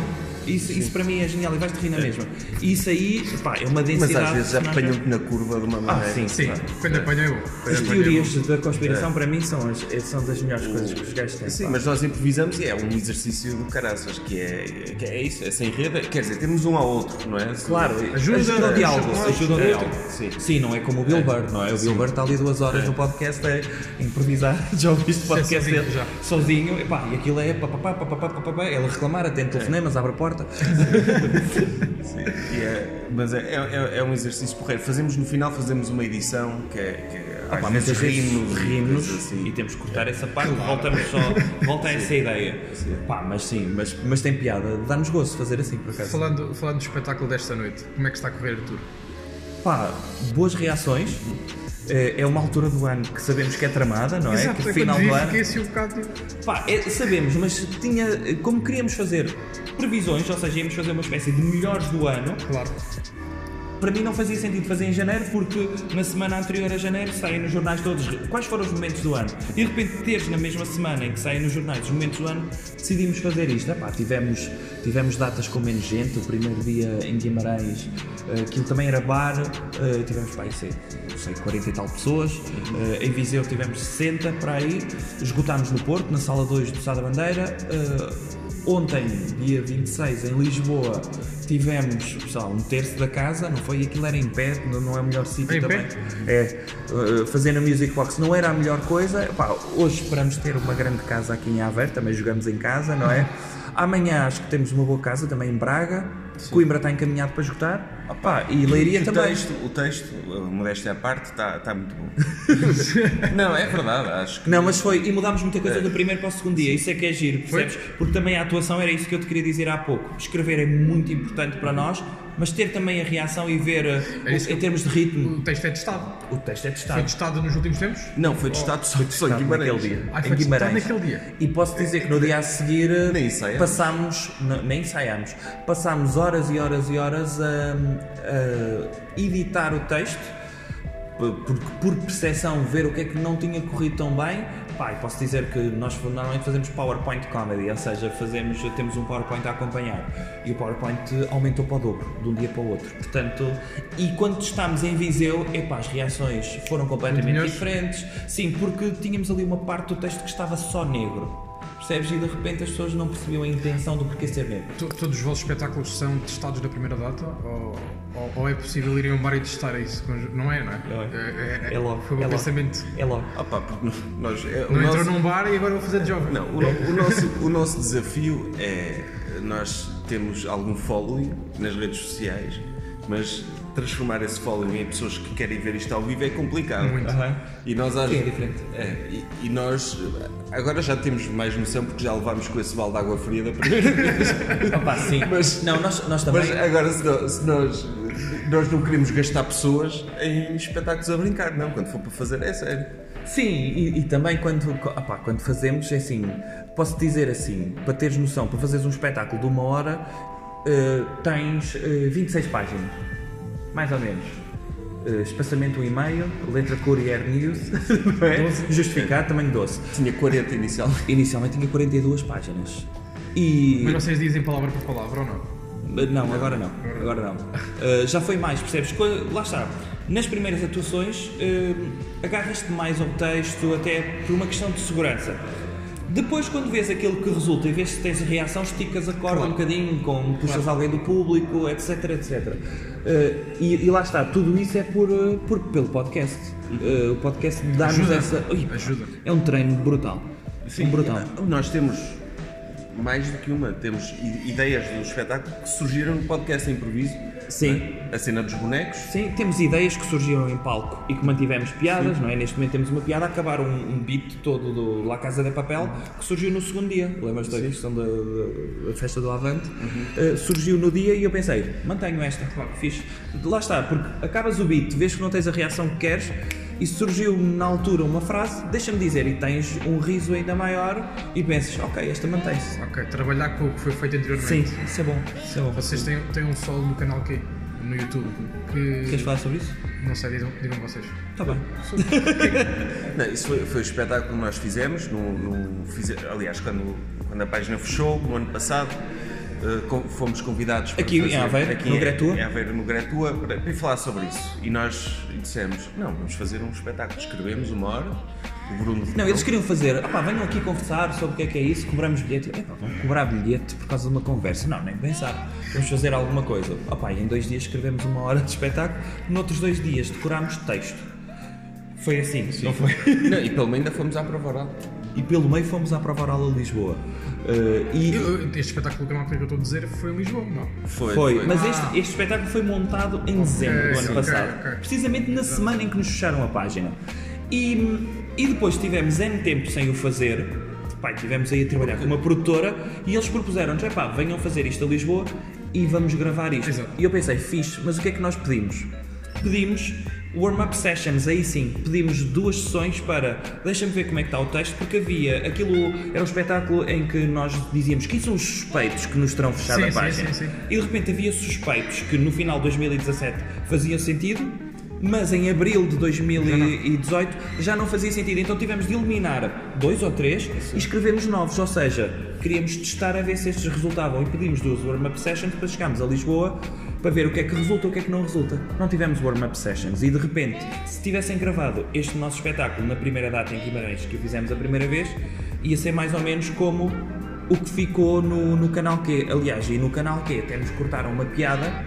Isso, isso para mim é genial e vais-te rir na mesma. E isso aí, pá, é uma densidade... Mas às vezes apanham-te na curva de uma maneira. Ah, sim, Sim, quando apanham é bom. As teorias da conspiração para mim são, as, são das melhores coisas que os gajos têm. Sim, mas nós improvisamos e é um exercício do caraças, que é, que é isso, é sem rede, quer dizer, temos um ao outro, não é? Claro, Ajuda, ajuda ao diálogo, ajuda, ajuda ao é, diálogo. sim. Sim, não é como o Bill Burr, não é? O Bill Burr está ali duas horas no podcast a improvisar. Já ouviste o podcast sozinho, dele? já. Sozinho, e pá, e aquilo é pá, pá, pá, pá, pá, pá, pá, pá, ele reclamar, atende telefonemas, abre a porta. Sim, e é, mas é, é, é um exercício porreiro. Fazemos no final, fazemos uma edição que é. Que é Ah, pá, mas às vezes rimos assim. e temos que cortar essa parte, voltamos só, volta a essa ideia. Pá, mas sim, mas, mas tem piada, dá-nos gosto fazer assim por acaso. Falando, falando do espetáculo desta noite, como é que está a correr, Artur? Pá, boas reações. É é uma altura do ano que sabemos que é tramada, não é? Exato, Que é final quando do vi, ano. fiquei assim um bocado... Pá, é- sabemos, mas tinha, como queríamos fazer previsões, ou seja, íamos fazer uma espécie de melhores do ano, Claro. para mim não fazia sentido fazer em janeiro, porque na semana anterior a janeiro saem nos jornais todos quais foram os momentos do ano. E de repente teres na mesma semana em que saem nos jornais os momentos do ano, decidimos fazer isto. Epá, tivemos, tivemos datas com menos gente, o primeiro dia em Guimarães, eh, aquilo também era bar, eh, tivemos pá, sei, não sei, quarenta e tal pessoas, eh, em Viseu tivemos sessenta para aí, esgotámos no Porto, na sala dois do Sá da Bandeira. eh, Ontem, dia vinte e seis, em Lisboa, tivemos pessoal, um terço da casa, não foi? E aquilo era em pé, não, não é o melhor sítio Em também. pé? É, uh, fazer na Music Box não era a melhor coisa. Pá, hoje esperamos ter uma grande casa aqui em Aveiro, também jogamos em casa, não é? Amanhã acho que temos uma boa casa também em Braga. Coimbra está encaminhado para esgotar. Pá, e Leiria o também. Texto, o texto, a modéstia à parte, está, está muito bom. Não, é verdade, acho que. Não, mas foi, e mudámos muita coisa do primeiro para o segundo dia, isso é que é giro, percebes? Porque também a atuação era isso que eu te queria dizer há pouco. Escrever é muito importante para nós, mas ter também a reação e ver, uh, É isso o- em que- termos de ritmo, O texto é testado. o texto é Foi testado. testado nos últimos tempos? Não, foi testado só, só em Guimarães. naquele dia. Ah, em foi testado Guimarães. naquele dia. E posso dizer que no dia a seguir uh, Nem ensaiamos. passámos, n- nem ensaiámos, passámos horas e horas e horas a, a editar o texto, por, por percepção, ver o que é que não tinha corrido tão bem. Pá, e posso dizer que nós normalmente fazemos PowerPoint Comedy, ou seja, fazemos, temos um PowerPoint a acompanhar e o PowerPoint aumentou para o dobro, de um dia para o outro. Portanto, e quando estamos em Viseu, epá, as reações foram completamente Melhores? diferentes. Sim, porque tínhamos ali uma parte do texto que estava só negro. Percebes? E de repente as pessoas não percebiam a intenção do porquê ser negro. To- Todos os vossos espetáculos são testados na primeira data? Ou, ou, ou é possível irem a um bar e testar isso? Não é, não é? Não é. É, é, É logo, Foi o é meu logo. pensamento. É logo. Ah, pá, porque nós. É, o Não nosso- entrou num bar e agora vou fazer job. Não, o, no- o nosso, o nosso desafio é. Nós temos algum following nas redes sociais, mas transformar esse following em pessoas que querem ver isto ao vivo é complicado. Muito. Aham. E nós às- Sim, é diferente. É, e, e nós agora já temos mais noção porque já levámos com esse balde de água fria da primeira vez. Opa, sim. Mas- não, nós, nós também. Mas agora se nós, se nós, nós não queremos gastar pessoas em espetáculos a brincar, não, quando for para fazer é sério. Sim, e, e também quando, opá, quando fazemos, é assim, posso dizer assim, para teres noção, para fazeres um espetáculo de uma hora, eh, tens eh, vinte e seis páginas, mais ou menos. Eh, espaçamento um e meio, letra Courier News, não é? Justificado, tamanho doze. Tinha quarenta inicial. Inicialmente tinha quarenta e duas páginas. E... Mas vocês dizem palavra por palavra ou não? Não, agora não. Agora não. Uh, já foi mais, percebes? Co- Lá está. Nas primeiras atuações, uh, agarras-te mais ao texto, até por uma questão de segurança. Depois, quando vês aquilo que resulta e vês se tens a reação, esticas a corda um bocadinho, com, puxas alguém do público, etc, etcétera. Uh, e, e lá está, tudo isso é por, uh, por, pelo podcast. Uh, o podcast dá-nos Ajuda. essa... Ui, Ajuda. É um treino brutal. Sim, brutal. Nós temos mais do que uma, temos i- ideias do espetáculo que surgiram no podcast em improviso. Sim. Não é? A cena dos bonecos. Sim, temos ideias que surgiram em palco e que mantivemos piadas, não é? Neste momento temos uma piada a acabar um, um beat todo do La Casa de Papel que surgiu no segundo dia. Lembras da questão da, da- da festa do Avante? Uh, surgiu no dia e eu pensei, mantenho esta, claro, fixe. Lá está, porque acabas o beat, vês que não tens a reação que queres e surgiu na altura uma frase, deixa-me dizer, e tens um riso ainda maior e pensas, ok, esta mantém-se. Ok, trabalhar com o que foi feito anteriormente. Sim, isso é bom. Isso é bom. Vocês têm, têm um solo no canal Q, no YouTube, que... Queres falar sobre isso? Não sei, digam, digam vocês. Está bem. Não, isso foi, foi o espetáculo que nós fizemos, no, no, fize- aliás, quando, quando a página fechou, no ano passado, uh, fomos convidados para aqui fazer, em Aveiro, aqui no em, Gretua, em Aveiro, no Gretua, para, para falar sobre isso. E nós dissemos, não, vamos fazer um espetáculo, escrevemos uma hora, o Bruno... Não, eles queriam fazer, opá, venham aqui conversar sobre o que é que é isso, cobramos bilhete. Epá, vamos cobrar bilhete por causa de uma conversa. Não, nem pensar. Vamos fazer alguma coisa. Opá, e em dois dias escrevemos uma hora de espetáculo, noutros dois dias decorámos texto. Foi assim, Sim. não foi? Não, e pelo meio ainda fomos à prova oral. E pelo meio fomos à prova oral a Lisboa. Uh, e... Eu, este espetáculo que eu estou a dizer foi em Lisboa, não? Foi, foi, foi. mas ah. este, este espetáculo foi montado em dezembro okay, do ano okay, passado. Okay. Precisamente na semana em que nos fecharam a página. E, e depois tivemos N tempo sem o fazer. Pai, tivemos aí a trabalhar com uma produtora e eles propuseram-nos, epá, venham fazer isto a Lisboa e vamos gravar isto. Exato. E eu pensei, fixe, mas o que é que nós pedimos? Pedimos warm-up sessions, aí sim, pedimos duas sessões para, deixa-me ver como é que está o texto, porque havia, aquilo era um espetáculo em que nós dizíamos quem são os suspeitos que nos terão fechado sim, a página. Sim, sim, sim. E de repente havia suspeitos que no final de dois mil e dezassete faziam sentido, mas em abril de dois mil e dezoito já não fazia sentido, então tivemos de eliminar dois ou três sim. e escrevemos novos, ou seja, queríamos testar a ver se estes resultavam e pedimos duas warm-up sessions, depois chegámos a Lisboa para ver o que é que resulta e o que é que não resulta. Não tivemos warm-up sessions e de repente, se tivessem gravado este nosso espetáculo na primeira data em Guimarães, que o fizemos a primeira vez, ia ser mais ou menos como o que ficou no, no Canal Q. Aliás, e no Canal Q até nos cortaram uma piada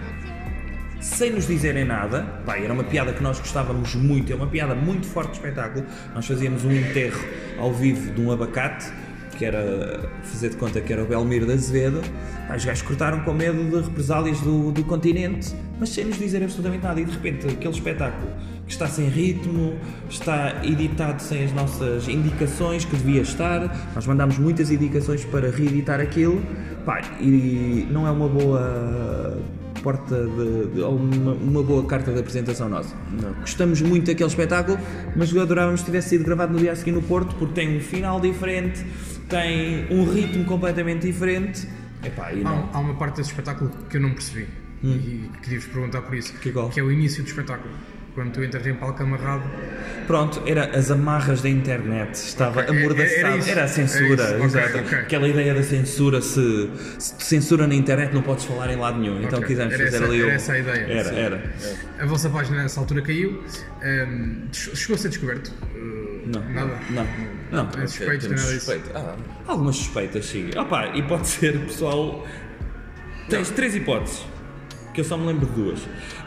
sem nos dizerem nada. Pá, era uma piada que nós gostávamos muito, é uma piada muito forte de espetáculo. Nós fazíamos um enterro ao vivo de um abacate, que era fazer de conta que era o Belmiro de Azevedo. Os gajos cortaram com medo de represálias do, do continente, mas sem nos dizer absolutamente nada. E de repente aquele espetáculo que está sem ritmo, está editado sem as nossas indicações que devia estar, nós mandámos muitas indicações para reeditar aquilo, pá, e não é uma boa porta de, de uma, uma boa carta de apresentação nossa. Não. Gostamos muito daquele espetáculo, mas adorávamos que tivesse sido gravado no dia a seguir no Porto, porque tem um final diferente, tem um ritmo completamente diferente. Epá, e não... há, há uma parte desse espetáculo que eu não percebi hum. e queria-vos perguntar por isso, que, que é o início do espetáculo. Quando tu entras em palco amarrado. Pronto, era as amarras da internet, estava okay. amordaçado, era, era a censura, era exato. Okay, okay. Aquela ideia da censura, se, se censura na internet não podes falar em lado nenhum, okay. então quisemos era fazer essa, ali era o... essa a ideia. Era, era. A vossa página nessa altura caiu, um, chegou a ser descoberto? Uh, não. Nada? Não. Não. não. É suspeito, nada disso. Ah. Algumas suspeitas, sim. Opa, e pode ser, pessoal, tens não. três hipóteses. Que eu só me lembro de duas.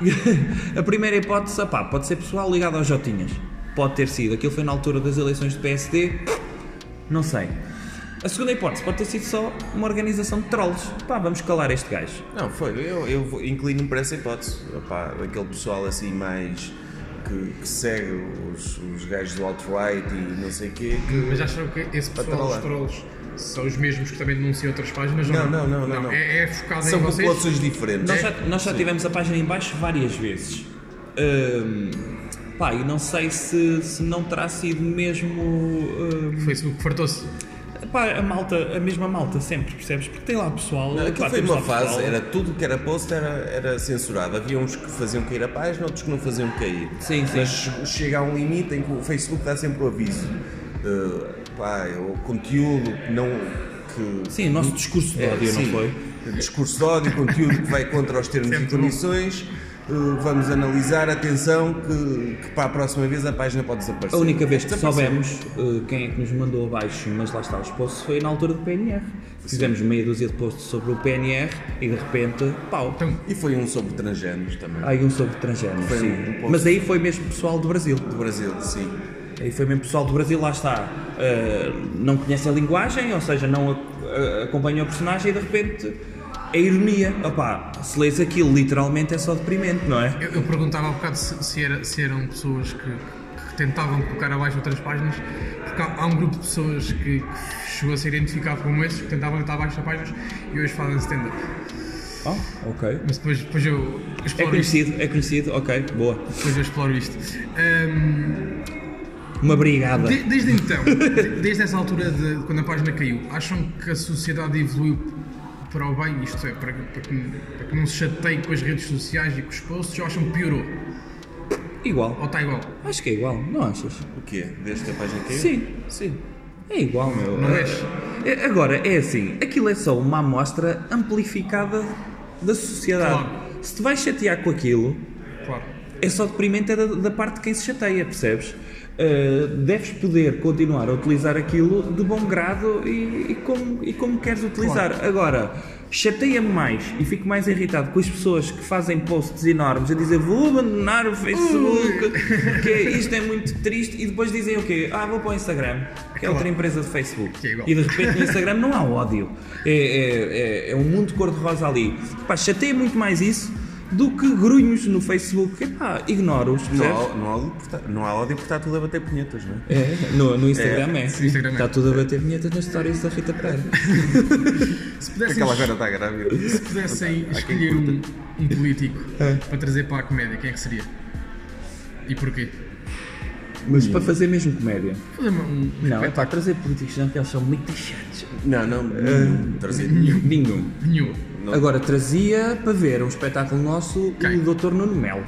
A primeira hipótese, opá, pode ser pessoal ligado aos Jotinhas. Pode ter sido. Aquilo foi na altura das eleições do P S D. Não sei. A segunda hipótese pode ter sido só uma organização de trolls. Pá, vamos calar este gajo. Não, foi. Eu, eu inclino-me para essa hipótese. Opá, aquele pessoal assim mais... Que, que segue os, os gajos do alt-right e não sei o quê. Que... Mas acham que esse pessoal, os trolls, são os mesmos que também denunciam outras páginas? Não, ou não, não, não, não, não. É, é focado são em vocês? São populações diferentes. Nós já, nós já tivemos a página em baixo várias vezes. Hum, pá, e não sei se, se não terá sido mesmo... Hum, o Facebook fartou-se. Pá, a malta, a mesma malta sempre, percebes? Porque tem lá pessoal... Não, aquilo pá, foi uma fase, pessoal. Era tudo que era post era, era censurado. Havia uns que faziam cair a página, outros que não faziam cair. Sim, sim. Mas chega a um limite em que o Facebook dá sempre o aviso. Uh, pá, o conteúdo que não... Que, sim, o nosso discurso de ódio, é, não sim, foi? Discurso de ódio, conteúdo que vai contra os termos e condições. Vamos analisar, atenção, que, que para a próxima vez a página pode desaparecer. A única vez que soubemos uh, quem é que nos mandou abaixo, mas lá está os posts, foi na altura do P N R. Fizemos meia dúzia de posts sobre o P N R e de repente, pau. E foi um sobre transgéneros também. Ah, e um sobre transgéneros, foi sim. Um, um mas aí foi mesmo pessoal do Brasil. Do Brasil, sim. Aí foi mesmo pessoal do Brasil, lá está. Uh, não conhece a linguagem, ou seja, não a, a, acompanha o personagem e de repente... A ironia, opá, se lês aquilo literalmente é só deprimente, não é? Eu, eu perguntava há um bocado se, se, era, se eram pessoas que, que tentavam colocar abaixo outras páginas, porque há, há um grupo de pessoas que, que chegou a ser identificado como esses, que tentavam estar abaixo de páginas e hoje fazem stand-up. Oh, ok. Mas depois, depois eu exploro É conhecido, isto. é conhecido, ok, boa. Depois eu exploro isto. Um, Uma brigada. De, desde então, de, desde essa altura de quando a página caiu, acham que a sociedade evoluiu para o bem, isto é, para, para, que, para que não se chateie com as redes sociais e com os posts, ou acham que piorou? Igual. Ou está igual? Acho que é igual, não achas? O quê? Desde que a página caiu? Sim. Sim. É igual, meu. Não és? Agora, é assim, aquilo é só uma amostra amplificada da sociedade. Claro. Se tu vais chatear com aquilo, Claro. é só deprimente da, da parte de quem se chateia, percebes? Uh, deves poder continuar a utilizar aquilo de bom grado e, e, como, e como queres utilizar. Claro. Agora, chateia-me mais e fico mais irritado com as pessoas que fazem posts enormes a dizer vou abandonar o Facebook, que isto é muito triste, e depois dizem o quê? Ah, vou para o Instagram, que é outra empresa de Facebook. É e de repente no Instagram não há ódio. É, é, é, é um mundo cor-de-rosa ali. Pá, chateia muito mais isso do que grunhos no Facebook. Epá, ignoro-os, não percebes? há, não, há ódio porque está, não há ódio porque está tudo a bater punhetas, não é? É, no, no Instagram é. é. Sim, Instagram é. Está tudo a bater vinhetas nas histórias da Rita Pereira. Se pudessem, Aquela agora está grávida. se pudessem escolher um, um político É. para trazer para a comédia, quem é que seria? E porquê? Mas para fazer mesmo comédia. Fazer uma- um Não, é para trazer políticos, não, que eles são muito chatos. Não, não, não trazer nenhum. Nenhum. Nenhum. Não. Agora trazia para ver um espetáculo nosso Quem? o doutor Nuno Melo.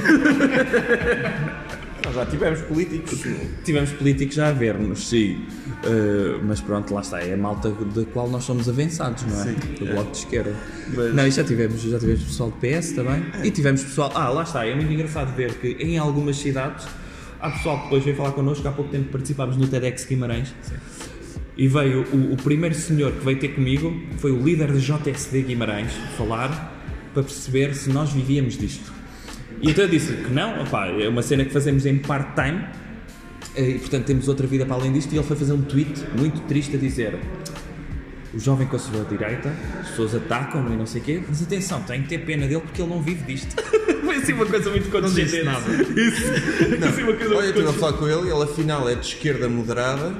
Nós já tivemos políticos. Tivemos políticos já a ver-nos, sim. Uh, mas pronto, lá está, é a malta da qual nós somos avançados, não é? Sim. Do Bloco de Esquerda. Mas- Não, e já tivemos, já tivemos pessoal do P S também. E tivemos pessoal. Ah, lá está, é muito engraçado ver que em algumas cidades há pessoal que depois veio falar connosco. Há pouco tempo participámos no TEDx Guimarães. Sim. E veio o, o primeiro senhor que veio ter comigo, foi o líder da J S D Guimarães, falar para perceber se nós vivíamos disto. E então eu disse que não, opá, é uma cena que fazemos em part-time e portanto temos outra vida para além disto. E ele foi fazer um tweet muito triste a dizer: o jovem conservador de direita, as pessoas atacam-no e não sei o quê, mas atenção, tenho que ter pena dele porque ele não vive disto. Foi assim uma coisa muito condescendente. nada. Isso. Assim uma coisa Olha, eu muito estive a falar com ele, ele afinal é de esquerda moderada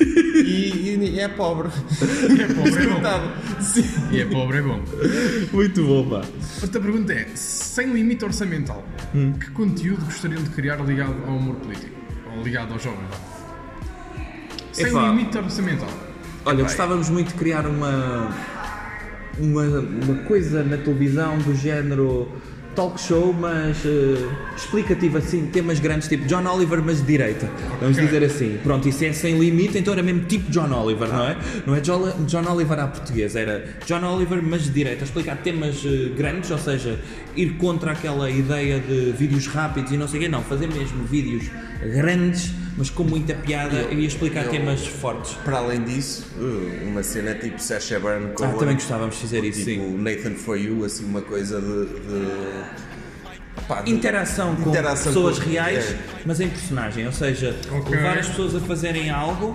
e, e é pobre. E é pobre, é bom. Coitado. Sim. E é pobre, é bom. Muito bom, pá. Outra pergunta é, sem limite orçamental, Hum. que conteúdo gostariam de criar ligado ao humor político? Ou ligado aos jovens? vá? Sem Epá. limite orçamental. Olha, gostávamos muito de criar uma, uma, uma coisa na televisão do género talk show, mas uh, explicativo assim, temas grandes tipo John Oliver, mas de direita. Vamos Ok. dizer assim. Pronto, isso é sem limite, então era mesmo tipo John Oliver, não é? Não é John, John Oliver à portuguesa, era John Oliver, mas de direita. A explicar temas uh, grandes, ou seja, ir contra aquela ideia de vídeos rápidos e não sei o quê. Não, fazer mesmo vídeos grandes, mas com muita piada Eu- e explicar eu- temas fortes. Para além disso, uh, uma cena tipo Sacha Baron Cohen. Ah, também gostávamos de fazer isso, tipo sim. Nathan For You, assim, uma coisa de... de... Pá, de- Interação com Interação pessoas com- reais, é. mas em personagem, ou seja, Ok. levar as pessoas a fazerem algo,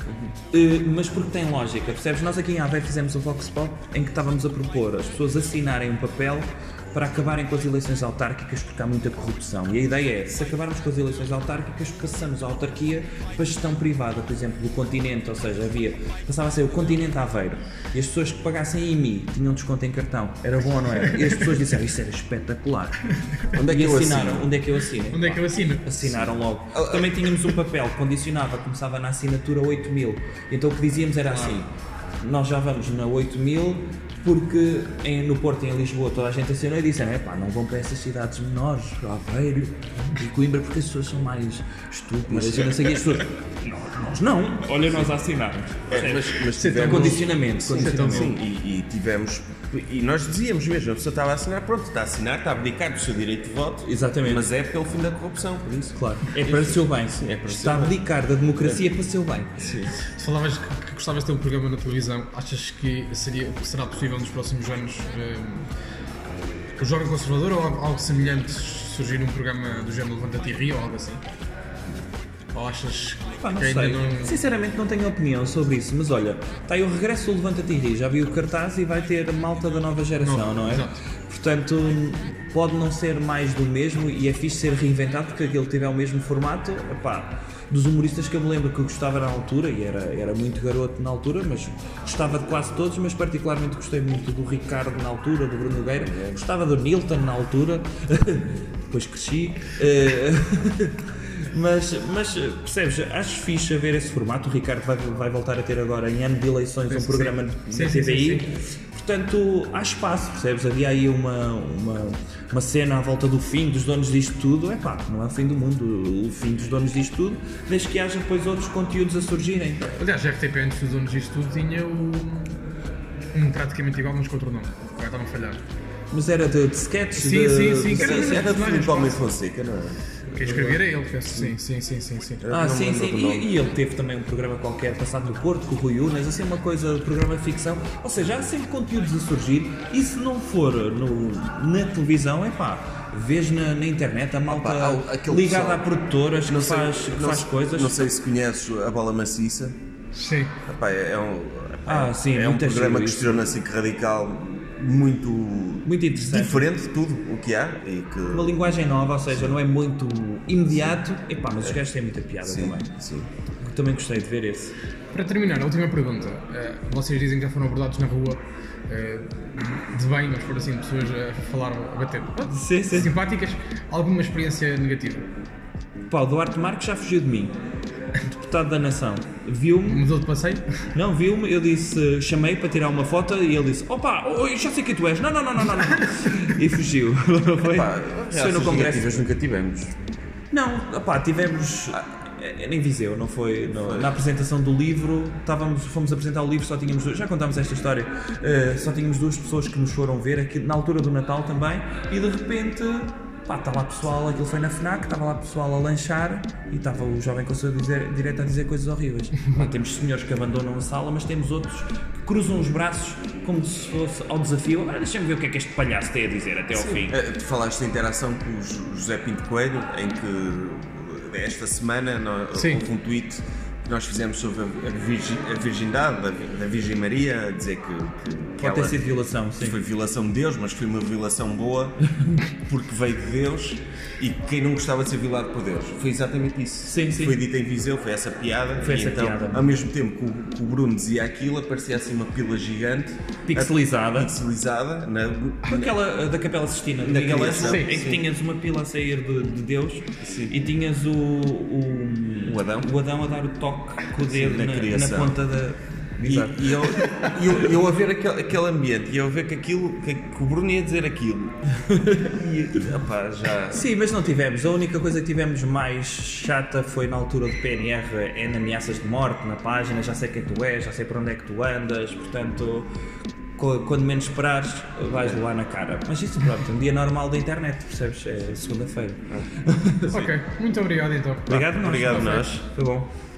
eh, mas porque tem lógica, percebes? Nós aqui em Aveiro fizemos o Vox Pop em que estávamos a propor as pessoas assinarem um papel para acabarem com as eleições autárquicas porque há muita corrupção. E a ideia é, se acabarmos com as eleições autárquicas, passamos a autarquia para a gestão privada, por exemplo, do continente, ou seja, havia, passava a ser o continente Aveiro, e as pessoas que pagassem em I M I tinham desconto em cartão. Era bom ou não era? E as pessoas disseram, isso era espetacular. Onde é que e eu assinaram, assino? onde é que eu assino? Onde é que eu assino? Assinaram logo. Também tínhamos um papel que condicionava, começava na assinatura oito mil. Então o que dizíamos era assim: nós já vamos na oito mil porque em- no Porto e em Lisboa toda a gente assinou e disseram: epá, não vão para essas cidades menores, Aveiro e Coimbra, porque as pessoas são mais estúpidas e não sei o que. As pessoas, "Não, nós não. Olha, nós assinamos. É, mas, mas Sim, tivemos... Condicionamento. Sim, condicionamento. sim, e, e tivemos... E nós dizíamos mesmo, a pessoa estava a assinar, pronto, está a assinar, está a abdicar do seu direito de voto. Exatamente. Mas é pelo fim da corrupção, por isso. Claro. É para o seu bem. é para o Está a seu bem. abdicar da democracia para o seu bem. Sim. Tu falavas que, que gostavas de ter um programa na televisão. Achas que seria, será possível nos próximos anos um, o Jovem Conservador ou algo, algo semelhante surgir num programa do género Levanta-te e Ri ou algo assim? Ou achas Pá, não que ainda sei. não... Sinceramente não tenho opinião sobre isso, mas olha, está aí o regresso do Levanta-te e Ri, já vi o cartaz e vai ter malta da nova geração, Nova, não é? exato. Portanto, pode não ser mais do mesmo e é fixe ser reinventado porque aquele tiver o mesmo formato. Epá, dos humoristas que eu me lembro que eu gostava na altura, e era, era muito garoto na altura, mas gostava de quase todos, mas particularmente gostei muito do Ricardo na altura, do Bruno Nogueira, gostava do Nilton na altura, depois cresci. eh, Mas, mas percebes, acho fixe haver esse formato. O Ricardo vai, vai voltar a ter agora em ano de eleições um programa sim. na Sim, T V I. sim, sim, Portanto, há espaço, percebes? Havia aí uma, uma, uma cena à volta do fim dos donos disto tudo, é pá, não é o fim do mundo, o fim dos donos disto tudo, desde que haja depois outros conteúdos a surgirem. Aliás, a R T P antes dos donos disto tudo tinha o... um praticamente igual, mas com outro nome, vai estar a não falhar. Mas era de, de sketches? Sim, de... sim, sim. Era, era, era de Filipe Almeida Fonseca, não é? Quem escrevia era ele, penso. Sim, sim, sim, sim, sim. Ah, sim, sim. E, e ele teve também um programa qualquer passado no Porto, com o Rui Unas, assim, uma coisa de programa de ficção. Ou seja, há sempre conteúdos a surgir e se não for no, na televisão, é pá, vês na, na internet a malta Opa, ligada pessoal, a produtoras que, não sei, faz, que faz sei, coisas. Não sei se conheces a Bola Maciça. Sim. Epá, é um, ah, sim, é um programa que questiona assim que radical. Muito, muito interessante, diferente de tudo o que há e que... uma linguagem nova, ou seja, não é muito imediato, epá, mas os gajos têm muita piada sim, também. Sim. Também gostei de ver esse. Para terminar, a última pergunta. Vocês dizem que já foram abordados na rua de bem, mas por assim, pessoas a falar, a bater, sim, sim. simpáticas. Alguma experiência negativa? Pá, o Duarte Marques já fugiu de mim. Deputado da Nação, viu-me. Mudou de passeio? Não, viu-me, eu disse, chamei para tirar uma foto e ele disse: opa, eu já sei quem tu és, não, não, não, não, não, não. E fugiu. Foi, Epá, foi no Congresso. Nunca tivemos. Não, opá, tivemos. Em Viseu, não foi? No, na apresentação do livro, estávamos, fomos apresentar o livro, só tínhamos duas, já contámos esta história, uh, só tínhamos duas pessoas que nos foram ver, aqui, na altura do Natal também, e de repente. Pá, está lá pessoal, aquilo foi na FNAC, estava lá pessoal a lanchar e estava o jovem conselheiro direto a dizer coisas horríveis. Pá, temos senhores que abandonam a sala, mas temos outros que cruzam os braços como se fosse ao desafio. Agora deixa-me ver o que é que este palhaço tem a dizer até ao Sim. fim. Tu falaste da interação com o José Pinto Coelho, em que esta semana houve um tweet que nós fizemos sobre a, virgi, a virgindade da, da Virgem Maria, a dizer que, que, que pode ela, ter sido violação, sim. Foi violação de Deus, mas foi uma violação boa porque veio de Deus e quem não gostava de ser violado por Deus. Foi exatamente isso. Sim, sim. Foi dito em Viseu, foi essa piada. Foi e essa então, piada. Ao mesmo tempo que o, que o Bruno dizia aquilo, aparecia assim uma pila gigante. Pixelizada. Pixelizada. Na, com aquela da Capela Sistina. Naquela sim, em que sim. Tinhas uma pila a sair de, de Deus sim. E tinhas o, o, o, Adão. o Adão a dar o toque com o dedo sim, na, na, na ponta da... E, e eu, eu, eu a ver aquele, aquele ambiente e eu a ver que aquilo que, que o Bruno ia dizer aquilo e, opa, já... Sim, mas não tivemos, a única coisa que tivemos mais chata foi na altura do P N R, é na ameaças de morte na página, já sei quem tu és, já sei para onde é que tu andas, portanto quando menos esperares vais lá na cara, mas isso pronto, um dia normal da internet, percebes, é segunda-feira. Ok, muito obrigado então. Obrigado, nós. Obrigado nós. Foi bom.